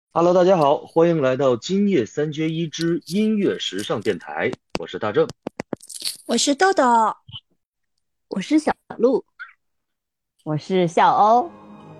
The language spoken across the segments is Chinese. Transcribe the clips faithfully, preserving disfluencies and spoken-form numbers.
Hello，大家好，欢迎来到今夜三缺一之音乐时尚电台，我是大正。 我是豆豆。 我是小鹿。 我是笑欧。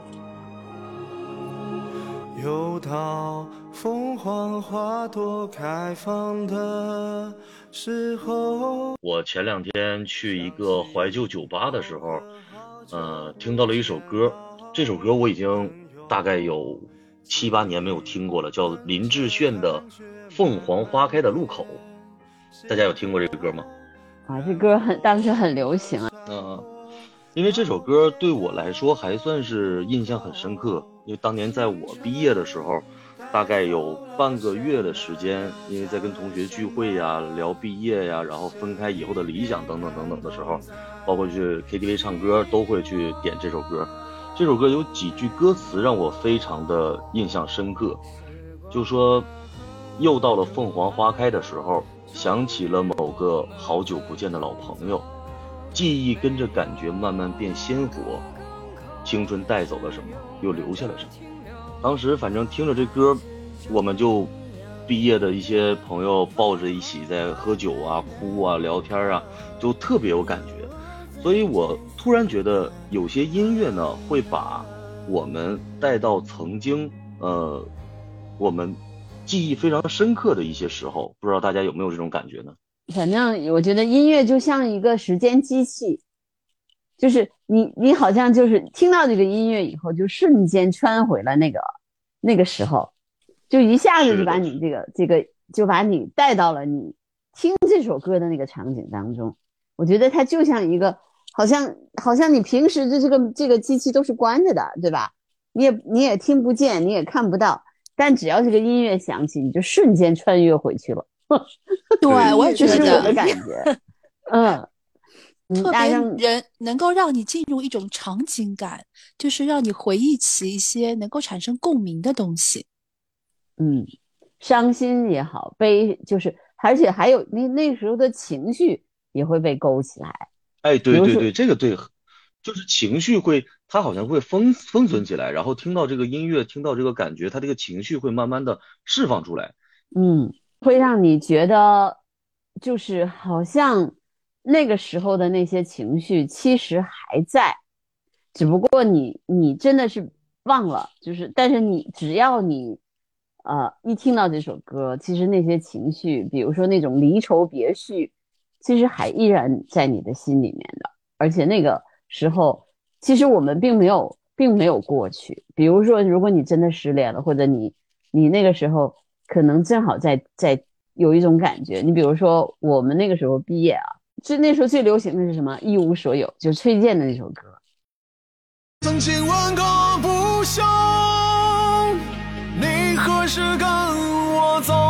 又到凤凰花朵开放的时候。 我前两天去一个怀旧酒吧的时候，呃，听到了一首歌，这首歌我已经大概有七八年没有听过了，叫林志炫的《凤凰花开的路口》，大家有听过这个歌吗？ 啊，这歌很当时很流行啊。 嗯、因为这首歌对我来说还算是印象很深刻，因为当年在我毕业的时候，大概有半个月的时间，因为在跟同学聚会呀、聊毕业呀，然后分开以后的理想等等等等的时候，包括去 K T V 唱歌，都会去点这首歌。这首歌有几句歌词让我非常的印象深刻，就说又到了凤凰花开的时候，想起了某个好久不见的老朋友。记忆跟着感觉慢慢变鲜活，青春带走了什么，又留下了什么。当时反正听着这歌，我们就毕业的一些朋友抱着一起在喝酒啊、哭啊、聊天啊，就特别有感觉。所以我突然觉得，有些音乐呢，会把我们带到曾经呃我们记忆非常深刻的一些时候，不知道大家有没有这种感觉呢？ 反正我觉得音乐就像一个时间机器，就是你你好像就是听到这个音乐以后，就瞬间穿回了那个那个时候，就一下子就是的， 把你这个这个就把你带到了你听这首歌的那个场景当中。我觉得它就像一个，好像好像你平时的这个这个机器都是关着的，对吧？你也你也听不见，你也看不到，但只要这个音乐响起，你就瞬间穿越回去了。 对， 对我也这是我觉得的感觉。嗯嗯， 特别大家人能够让你进入一种场景感，就是让你回忆起一些能够产生共鸣的东西。 嗯，伤心也好，悲就是，而且还有那那时候的情绪也会被勾起来。 哎， 比如说， 对对对，这个对，就是情绪会，它好像会封封存起来，然后听到这个音乐，听到这个感觉，它这个情绪会慢慢的释放出来。 嗯，会让你觉得，就是好像那个时候的那些情绪其实还在，只不过你你真的是忘了，就是但是你只要你呃一听到这首歌，其实那些情绪，比如说那种离愁别绪，其实还依然在你的心里面的，而且那个时候其实我们并没有并没有过去。比如说，如果你真的失恋了，或者你你那个时候可能正好在在有一种感觉，你比如说我们那个时候毕业啊，最那时候最流行的是什么？一无所有，就崔健的那首歌。 曾经问个不休，你何时跟我走？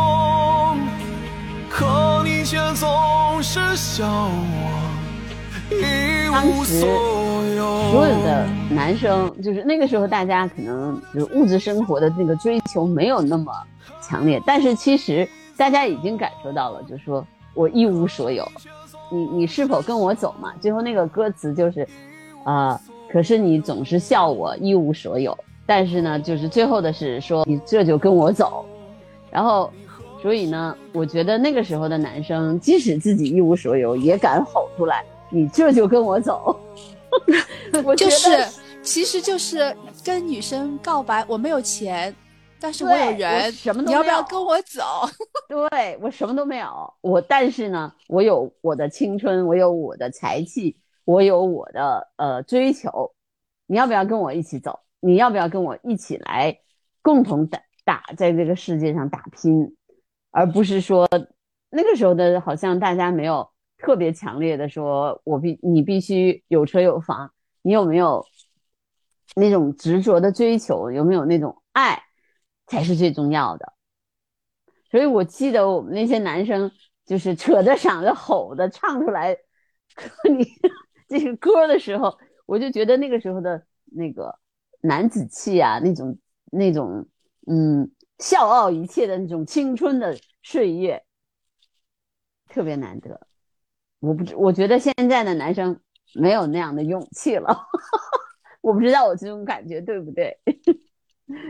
可你却总是笑我一无所有。 所有的男生，就是那个时候大家可能就是物质生活的那个追求没有那么强烈，但是其实大家已经感受到了，就是说我一无所有，你你是否跟我走嘛？最后那个歌词就是啊、呃可是你总是笑我一无所有，但是呢，就是最后的是说你这就跟我走。然后所以呢，我觉得那个时候的男生即使自己一无所有也敢吼出来，你这就跟我走。我觉得就是其实就是跟女生告白，我没有钱，但是我有对，我人， 什么都你要不要没有。 跟我走？ 对，我什么都没有，我但是呢，我有我的青春，我有我的才气，我有我的呃追求。你要不要跟我一起走？你要不要跟我一起来共同打打在这个世界上打拼？而不是说那个时候的，好像大家没有特别强烈的说，我必你必须有车有房，你有没有那种执着的追求？有没有那种爱，才是最重要的。所以我记得我们那些男生就是扯着嗓子吼的唱出来你这个歌的时候，我就觉得那个时候的那个男子气啊，那种那种嗯笑傲一切的那种青春的岁月，特别难得。我不知，我觉得现在的男生没有那样的勇气了。我不知道我这种感觉对不对？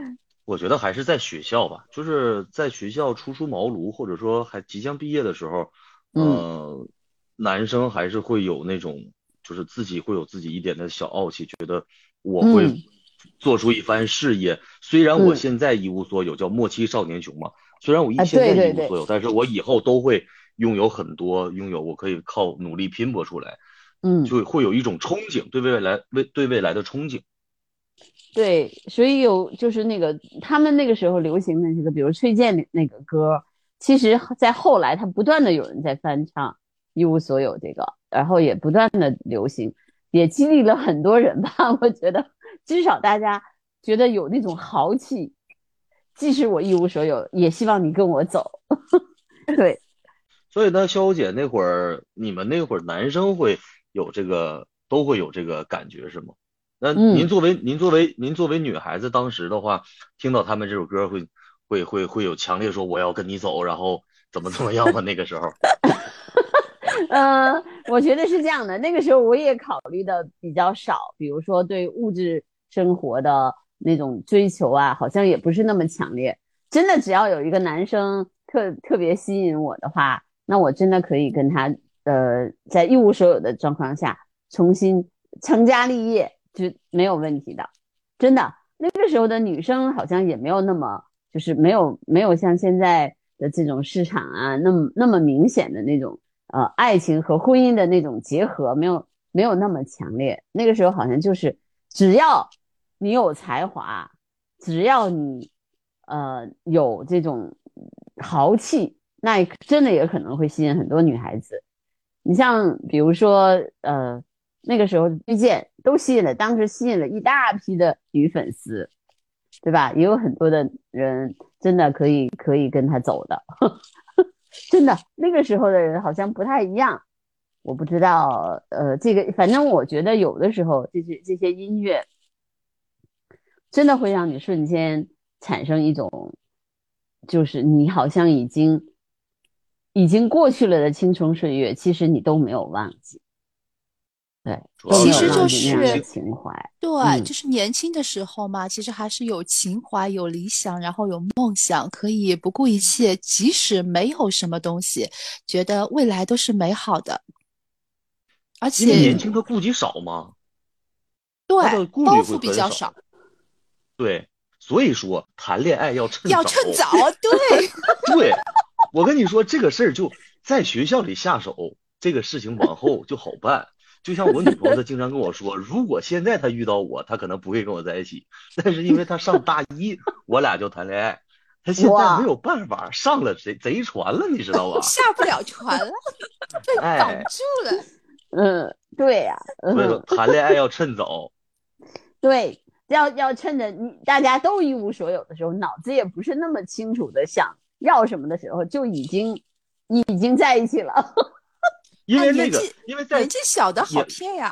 我觉得还是在学校吧，就是在学校初出茅庐，或者说还即将毕业的时候， 嗯呃，男生还是会有那种，就是自己会有自己一点的小傲气，觉得我会嗯做出一番事业。虽然我嗯现在一无所有，叫莫欺少年穷嘛，虽然我啊， 一现在对对对， 一无所有，但是我以后都会拥有很多，拥有我可以靠努力拼搏出来， 嗯。 就会有一种憧憬，对未来未对未来的憧憬。 对，所以有就是那个他们那个时候流行的这个，比如崔健那个歌，其实在后来他不断的有人在翻唱《一无所有》这个，然后也不断的流行，也激励了很多人吧。我觉得至少大家觉得有那种豪气，即使我一无所有，也希望你跟我走。对， 所以呢，潇潇姐那会儿，你们那会儿男生会有这个，都会有这个感觉是吗？那您嗯。 作为您作为您作为女孩子，当时的话，听到他们这首歌会会会会有强烈说我要跟你走，然后怎么怎么样吗？那个时候， 呃，我觉得是这样的，那个时候我也考虑的比较少，比如说对物质生活的那种追求啊，好像也不是那么强烈。真的，只要有一个男生特特别吸引我的话，那我真的可以跟他，呃，在一无所有的状况下重新成家立业，就没有问题的。真的，那个时候的女生好像也没有那么，就是没有没有像现在的这种市场啊，那么那么明显的那种。呃，爱情和婚姻的那种结合没有没有那么强烈。那个时候好像就是只要你有才华，只要你呃有这种豪气，那真的也可能会吸引很多女孩子。你像比如说呃那个时候推荐都吸引了，当时吸引了一大批的女粉丝，对吧？也有很多的人真的可以可以跟他走的。真的，那个时候的人好像不太一样，我不知道，呃，这个反正我觉得有的时候这些这些音乐真的会让你瞬间产生一种，就是你好像已经已经过去了的青春岁月，其实你都没有忘记，对， 主要都没有其实就忘记那样的是情怀， 对， 嗯， 就是年轻的时候嘛，其实还是有情怀、有理想，然后有梦想，可以不顾一切，即使没有什么东西，觉得未来都是美好的。而因为年且， 轻他顾及少嘛， 对， 他的顾虑会包袱比很少。 较少， 对，所以说谈恋爱要趁早。 要趁早，对。 对，我跟你说这个事儿就在学校里下手，这个事情往后就好办。就像我女朋友，她经常跟我说，如果现在她遇到我，她可能不会跟我在一起，但是因为她上大一，我俩就谈恋爱。她现在没有办法，上了贼贼船了，你知道吧？ 下不了船了，被绑哎， 住了。 嗯，对呀、啊， 所以说嗯， 谈恋爱要趁早。 对，要要趁着你大家都一无所有的时候，脑子也不是那么清楚的想要什么的时候，就已经已经在一起了。 因为那个年纪， 因为在年纪小的好也骗呀。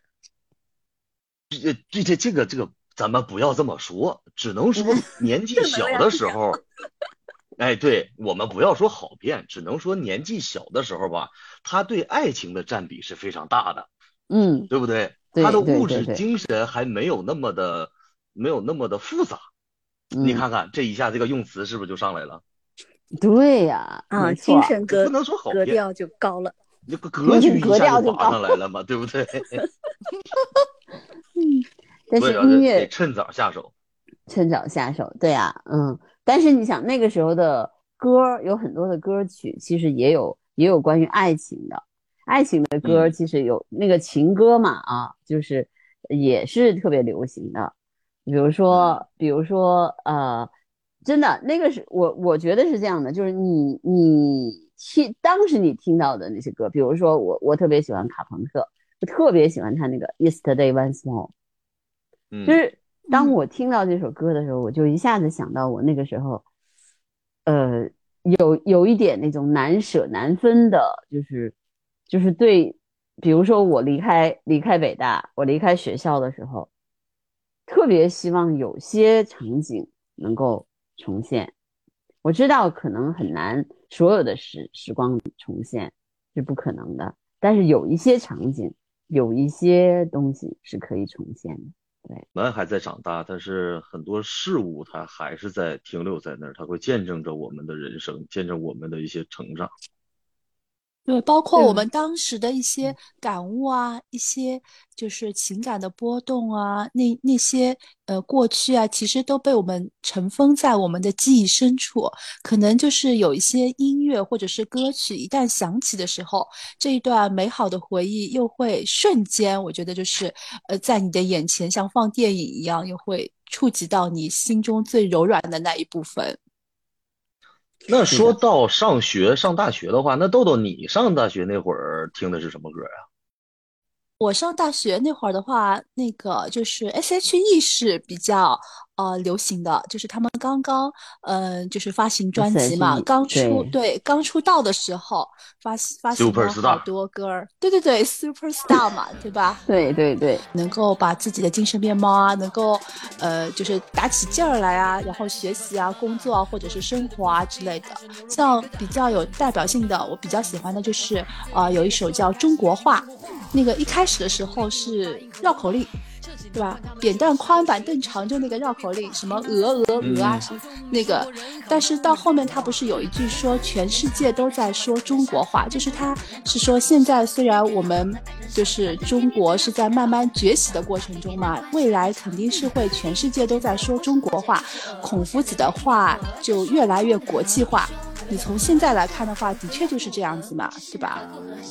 这这这这个这个，咱们不要这么说，只能说年纪小的时候，哎，对，我们不要说好骗，只能说年纪小的时候吧，他对爱情的占比是非常大的， 嗯， 对不对？ 对他的物质对对对， 精神还没有那么的没有那么的复杂。你嗯， 看看这一下这个用词是不是就上来了？ 对呀、 啊， 没精错， 神格不能说好骗， 格调就高了。 那个格局一格下调就高就拔上来了嘛，对不对？ 嗯，但所以说得是音乐趁早下手。 趁早下手，对呀、嗯，但是你想那个时候的歌有很多的歌曲，其实也有也有关于爱情的，爱情的歌嗯其实有那个情歌嘛啊，就是也是特别流行的，比如嗯说比如说呃，真的那个是我我觉得是这样的，就是你你听当时你听到的那些歌，比如说我我特别喜欢卡朋特，我特别喜欢他那个 Yesterday Once More。就嗯是当我听到这首歌的时候，我就一下子想到我那个时候，呃，有有一点那种难舍难分的，就是就是对，比如说我离开离开北大，我离开学校的时候，特别希望有些场景能够重现。我知道可能很难，所有的时时光重现是不可能的，但是有一些场景，有一些东西是可以重现的。 对， 我们还在长大，但是很多事物它还是在停留在那儿，它会见证着我们的人生，见证我们的一些成长。 对，包括我对， 们当时的一些感悟啊，一些就是情感的波动啊，那那些呃过去啊，其实都被我们尘封在我们的记忆深处。可能就是有一些音乐或者是歌曲，一旦响起的时候，这一段美好的回忆又会瞬间，我觉得就是呃在你的眼前，像放电影一样，又会触及到你心中最柔软的那一部分。 那是的。 说到上学上大学的话，那豆豆你上大学那会儿听的是什么歌呀？ 我上大学那会儿的话，那个就是 S H E 是比较呃流行的，就是他们刚刚嗯、呃就是发行专辑嘛， S H E 刚出对， 对刚出道的时候发发行 ？Super 了好 Star。 多歌儿，对对对，Super Star 嘛，对吧？ 对对对， 能够把自己的精神面貌啊，能够呃就是打起劲儿来啊，然后学习啊、工作啊或者是生活啊之类的。像比较有代表性的，我比较喜欢的就是呃有一首叫《中国话》，那个一开始的时候是绕口令。对吧？扁担宽板凳长，就那个绕口令，什么鹅鹅鹅啊， 嗯， 什么那个。但是到后面，他不是有一句说全世界都在说中国话，就是他是说现在虽然我们就是中国是在慢慢崛起的过程中嘛，未来肯定是会全世界都在说中国话，孔夫子的话就越来越国际化。你从现在来看的话，的确就是这样子嘛，对吧？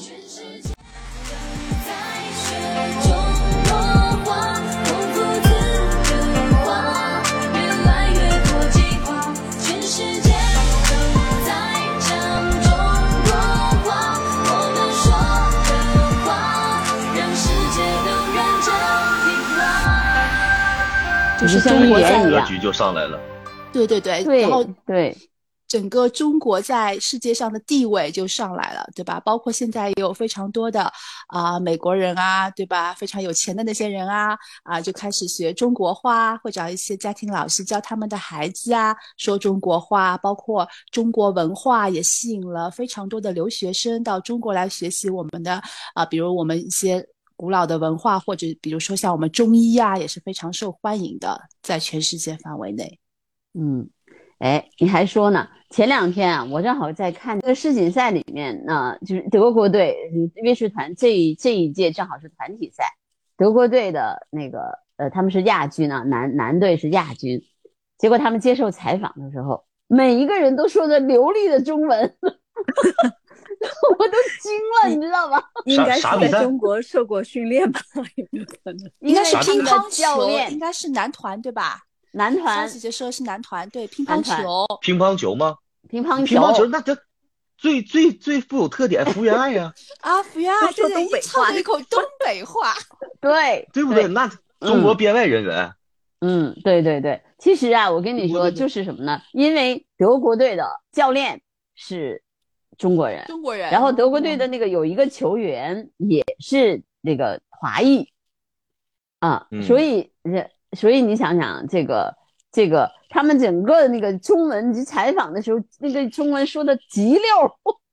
就是中国在格局就上来了。 对对对， 对然后对， 整个中国在世界上的地位就上来了，对吧？包括现在也有非常多的啊、呃美国人啊，对吧？非常有钱的那些人啊啊、就开始学中国话，会找一些家庭老师教他们的孩子啊说中国话，包括中国文化也吸引了非常多的留学生到中国来学习我们的啊、呃比如我们一些古老的文化，或者比如说像我们中医啊，也是非常受欢迎的，在全世界范围内。 嗯，哎，你还说呢？前两天啊，我正好在看这个世锦赛里面呢，就是德国队乐师团这一这一届正好是团体赛，德国队的那个呃他们是亚军呢，男男队是亚军，结果他们接受采访的时候，每一个人都说着流利的中文，我都惊了，你知道吗？ 应该是啥比赛在中国受过训练吧？有没有可能？ 应该是因为他们的乒乓球， 教练应该是男团对吧？ 男团肖姐姐说的是男团，对，乒乓男团球。 乒乓球吗？ 乒乓乒乓球球， 那这最最最富有特点，福原爱呀、 啊，福原爱都说对对， 东北话一唱了一口东北话。 对对不对？那中国编外人员。 嗯，对对对，其实啊，我跟你说， 中国队的就是什么呢？因为德国队的教练是中国人， 中国人， 然后德国队的那个有一个球员也是那个华裔啊， 嗯所以这所以你想想，这个这个他们整个那个中文及采访的时候，那个中文说的极溜儿，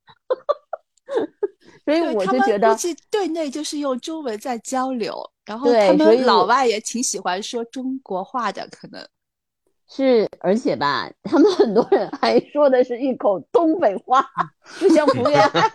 所以对他我就觉得们估计队内就是用中文在交流，然后对他们老所以我外也挺喜欢说中国话的，可能。 是，而且吧，他们很多人还说的是一口东北话，就像福原爱。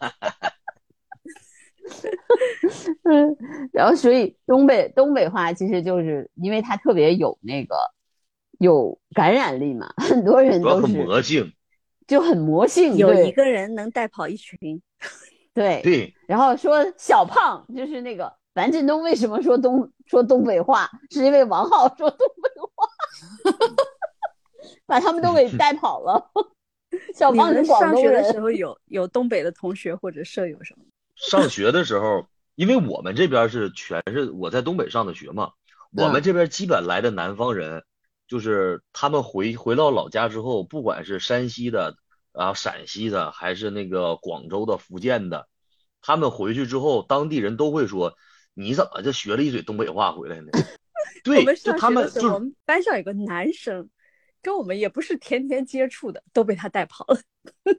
嗯，然后所以东北东北话其实就是因为它特别有那个有感染力嘛，很多人主要很都是魔性。 就很魔性， 有对一个人能带跑一群， 对对， 然后说小胖就是那个樊振东为什么说东说东北话，是因为王浩说东北话，把他们都给带跑了。小你胖是们广东上学的时人， 候有有东北的同学或者舍友什么的？ 上学的时候，因为我们这边是全是我在东北上的学嘛，我们这边基本来的南方人，就是他们回回到老家之后，不管是山西的，然后陕西的，还是那个广州的、福建的，他们回去之后，当地人都会说：“你怎么就学了一嘴东北话回来呢？”对， 我们就他上学的时候，我们就是们班上有个男生，跟我们也不是天天接触的，都被他带跑了。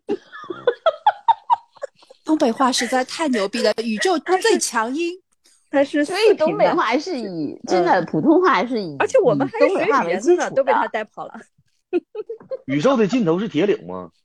东北话实在太牛逼了，宇宙最强音。 它是所四以东北平的， 话是以真的普通话是以而且我们以还有东北话学语言的呢， 为基础都被他的。 带跑了。 宇宙的尽头是铁岭吗？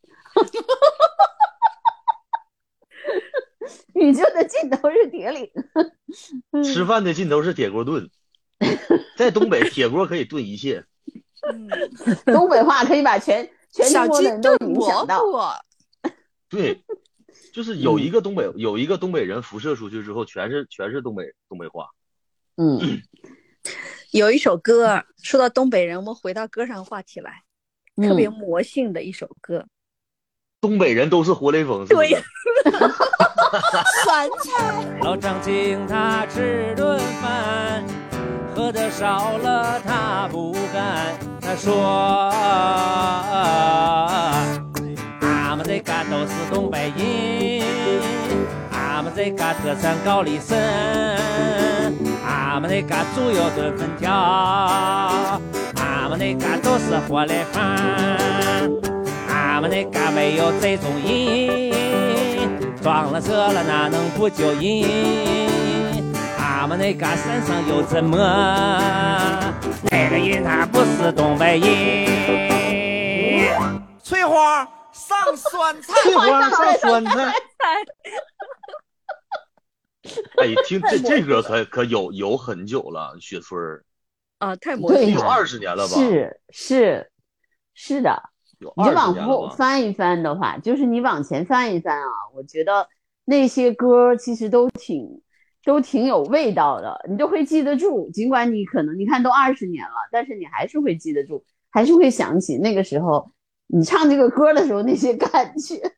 宇宙的尽头是铁岭。 吃饭的尽头是铁锅炖，在东北铁锅可以炖一切。 嗯， 东北话可以把全全小鸡中国的人都炖影响到。 蘑菇， 对，就是有一个东北有一个东北人辐射出去之后，全是全是东北东北话。 嗯， 有一首歌，说到东北人，我们回到歌上话题来，特别嗯魔性的一首歌。 东北人都是活雷锋，是不是？ 对酸菜。 老张请他吃顿饭，喝的少了他不干。他说俺们这嘎都是东北人，俺们这嘎特产高丽参，俺们这嘎猪油炖粉条，俺们那嘎都是活雷锋，俺们那嘎没有这种人，装了车了哪能不救人？俺们那嘎山上有怎么？那个人他不是东北人。 翠花上酸菜， 翠花上酸菜。哎，听这这歌可可有有很久了，雪村儿啊，太魔对性了。 有二十年了吧？ 是是是的。 有你就二十往后年了吧？ 翻一翻的话，就是你往前翻一翻啊，我觉得那些歌其实都挺都挺有味道的，你都会记得住。尽管你可能你看都二十年了，但是你还是会记得住，还是会想起那个时候你唱这个歌的时候那些感觉。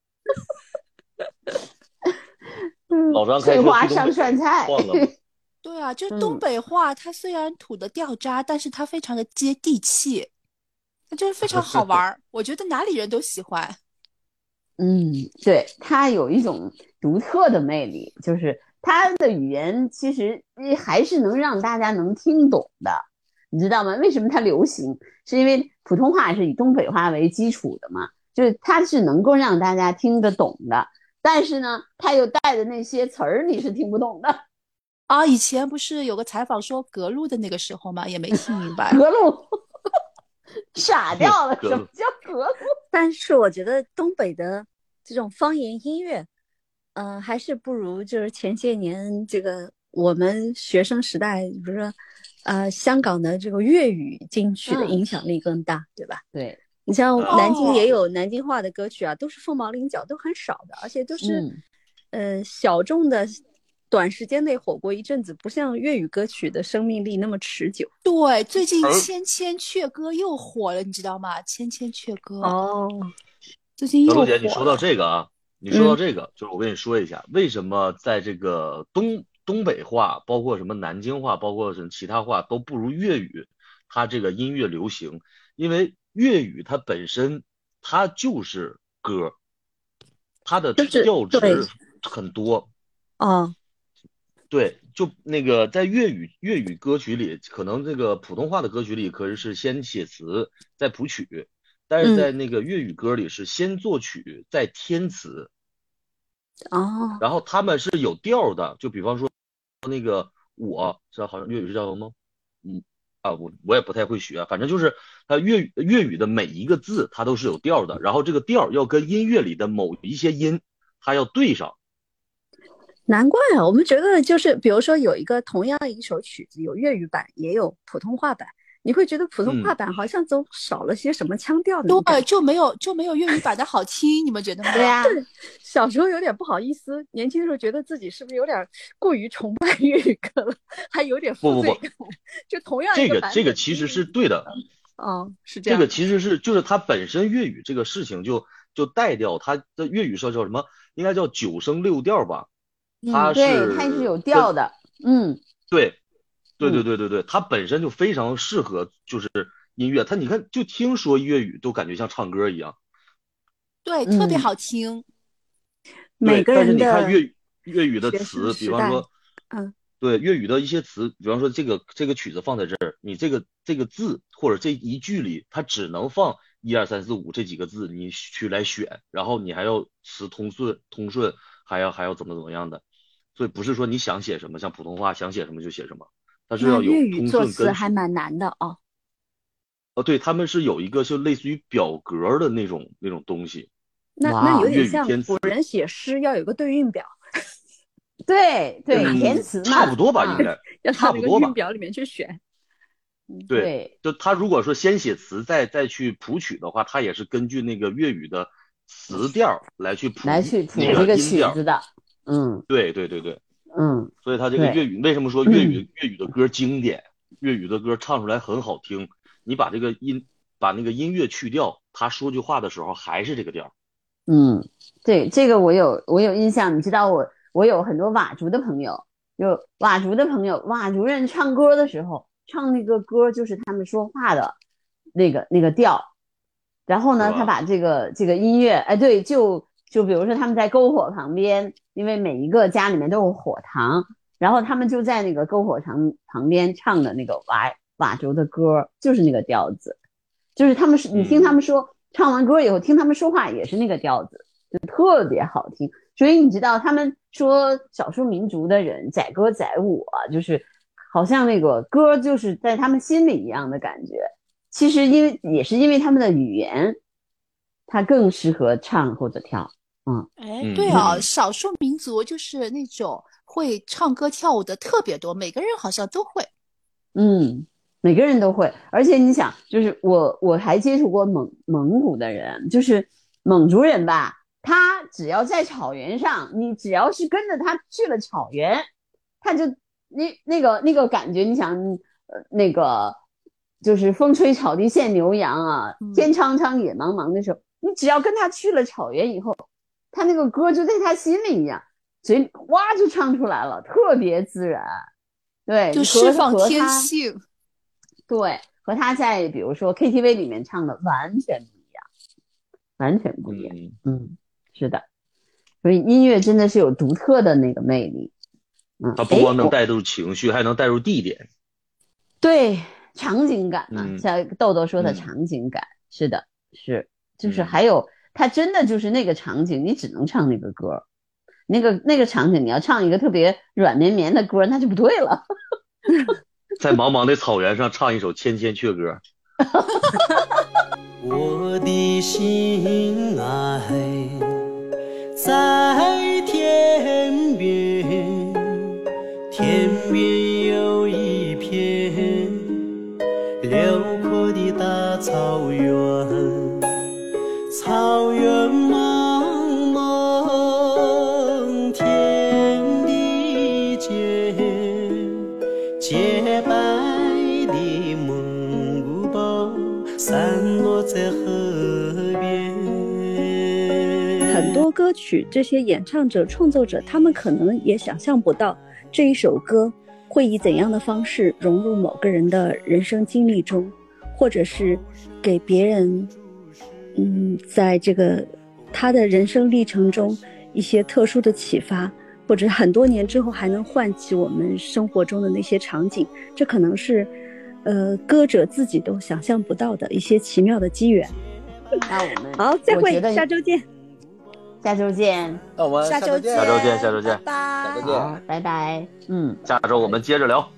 老张开翠花上车去东北酸菜。 忘了吗？ 对啊，就嗯东北话，它虽然土的掉渣，但是它非常的接地气，它就是非常好玩儿。我觉得哪里人都喜欢。 嗯，对，它有一种独特的魅力，就是它的语言其实还是能让大家能听懂的，你知道吗？为什么它流行？是因为普通话是以东北话为基础的嘛，就是它是能够让大家听得懂的，但是呢，它又带的那些词儿你是听不懂的。 啊，以前不是有个采访说格路的那个时候嘛，也没听明白。 格路傻掉了， 格路什么叫格路？ 但是我觉得东北的这种方言音乐，嗯、呃，还是不如就是前些年这个我们学生时代，比如说，呃，香港的这个粤语金曲的影响力更大，嗯、对吧？ 对， 你像哦南京也有南京话的歌曲啊，都是凤毛麟角，都很少的，而且都是， 嗯、 呃，小众的。短时间内火过一阵子，不像粤语歌曲的生命力那么持久。 对，最近千千阙歌又火了，你知道吗？千千阙歌哦， 最近又火了。 小璐姐，你说到这个啊，你说到这个，嗯、就是我跟你说一下，为什么在这个东东北话，包括什么南京话，包括什么其他话都不如粤语，它这个音乐流行，因为粤语它本身它就是歌，它的调值很多。 哦。 对，就那个在粤语粤语歌曲里，可能这个普通话的歌曲里可是是先写词再谱曲，但是在那个粤语歌里是先作曲再填词。 哦。 然后他们是有调的，就比方说那个我知道好像粤语是叫什么？嗯啊，我我也不太会学，反正就是它粤语粤语的每一个字它都是有调的，然后这个调要跟音乐里的某一些音它要对上。 难怪啊，我们觉得就是比如说有一个同样一首曲子，有粤语版也有普通话版，你会觉得普通话版好像总少了些什么腔调的、 嗯，对，就没有就没有粤语版的好听，你们觉得吗？ 对呀、啊， 小时候有点不好意思，年轻的时候觉得自己是不是有点过于崇拜粤语歌了，还有点负罪感。 不不不就同样这个个这个其实是对的， 哦，是这样。 这个其实是就是它本身粤语这个事情就就带掉它的粤语说叫什么？应该叫九声六调吧。它是、 嗯、对，它是有调的，嗯， 对，对对对对对，它本身就非常适合就是音乐，它你看就听说粤语都感觉像唱歌一样， 对，特别好听。 每个人的， 但是你看粤语粤语的词，比方说， 嗯， 对粤语的一些词，比方说这个这个曲子放在这儿，你这个这个字或者这一句里，它只能放一二三四五这几个字，你去来选，然后你还要词通顺通顺，还要还要怎么怎么样的。 所以不是说你想写什么，像普通话想写什么就写什么，它是要有那粤语作通顺根据。 词还蛮难的哦。 哦，对，他们是有一个就类似于表格的那种那种东西。 那哇那有点粤语填词像古人写诗要有个对应表， 对对， 嗯填词嘛， 差不多吧， 啊应该要差不多吧到那个韵。表里面去选。 对， 对， 就他如果说先写词再再去谱曲的话，他也是根据那个粤语的词调来去谱来去谱那这个音调。 曲子的，嗯对对对对， 嗯， 所以他这个对粤语为什么说粤语粤语的歌经典，粤语的歌唱出来很好听，你把这个音把那个音乐去掉，他说句话的时候还是这个调。 嗯，对，这个我有我有印象，你知道我我有很多佤族的朋友，就佤族的朋友，佤族人唱歌的时候唱那个歌就是他们说话的那个那个调，然后呢， 是吧他把这个这个音乐，哎，对，就就比如说他们在篝火旁边，因为每一个家里面都有火塘，然后他们就在那个篝火旁旁边唱的那个佤佤族的歌，就是那个调子，就是他们是你听他们说。嗯唱完歌以后，听他们说话也是那个调子，就特别好听。所以你知道，他们说少数民族的人载歌载舞啊，就是好像那个歌就是在他们心里一样的感觉。其实因为也是因为他们的语言，它更适合唱或者跳。嗯， 哎，对啊，少数民族就是那种会唱歌跳舞的特别多，每个人好像都会。 嗯。每个人都会，而且你想，就是我我还接触过蒙蒙古的人，就是蒙族人吧，他只要在草原上，你只要是跟着他去了草原，他就那那个那个感觉，你想，呃，那个就是风吹草低见牛羊啊，天苍苍野茫茫的时候，你只要跟他去了草原以后，他那个歌就在他心里一样，嘴哇就唱出来了，特别自然，对， 就释放天性。 对，和他在比如说 K T V 里面唱的完全不一样，完全不一样。嗯, 嗯，是的，所以音乐真的是有独特的那个魅力。 嗯，它不光能带入情绪，还能带入地点。 对，场景感嘛， 嗯、 像豆豆说的场景感，嗯、是的，是，就是还有它真的就是那个场景，你只能唱那个歌，那个那个场景，你要唱一个特别软绵绵的歌，那就不对了。 在茫茫的草原上唱一首《千千阙歌》。 我的心爱在天边，天边有一片辽阔的大草原，草原茫茫，天地间，洁白的蒙古包散落在河边。 很多歌曲，这些演唱者、创作者，他们可能也想象不到这一首歌会以怎样的方式融入某个人的人生经历中，或者是给别人，嗯，在这个他的人生历程中一些特殊的启发，或者很多年之后还能唤起我们生活中的那些场景，这可能是呃歌者自己都想象不到的一些奇妙的机缘。 那我们好，再会，下周见。 下周见。 那我们下周见， 下周见，下周见， 拜拜， 下周见， 拜拜。嗯， 下周我们接着聊。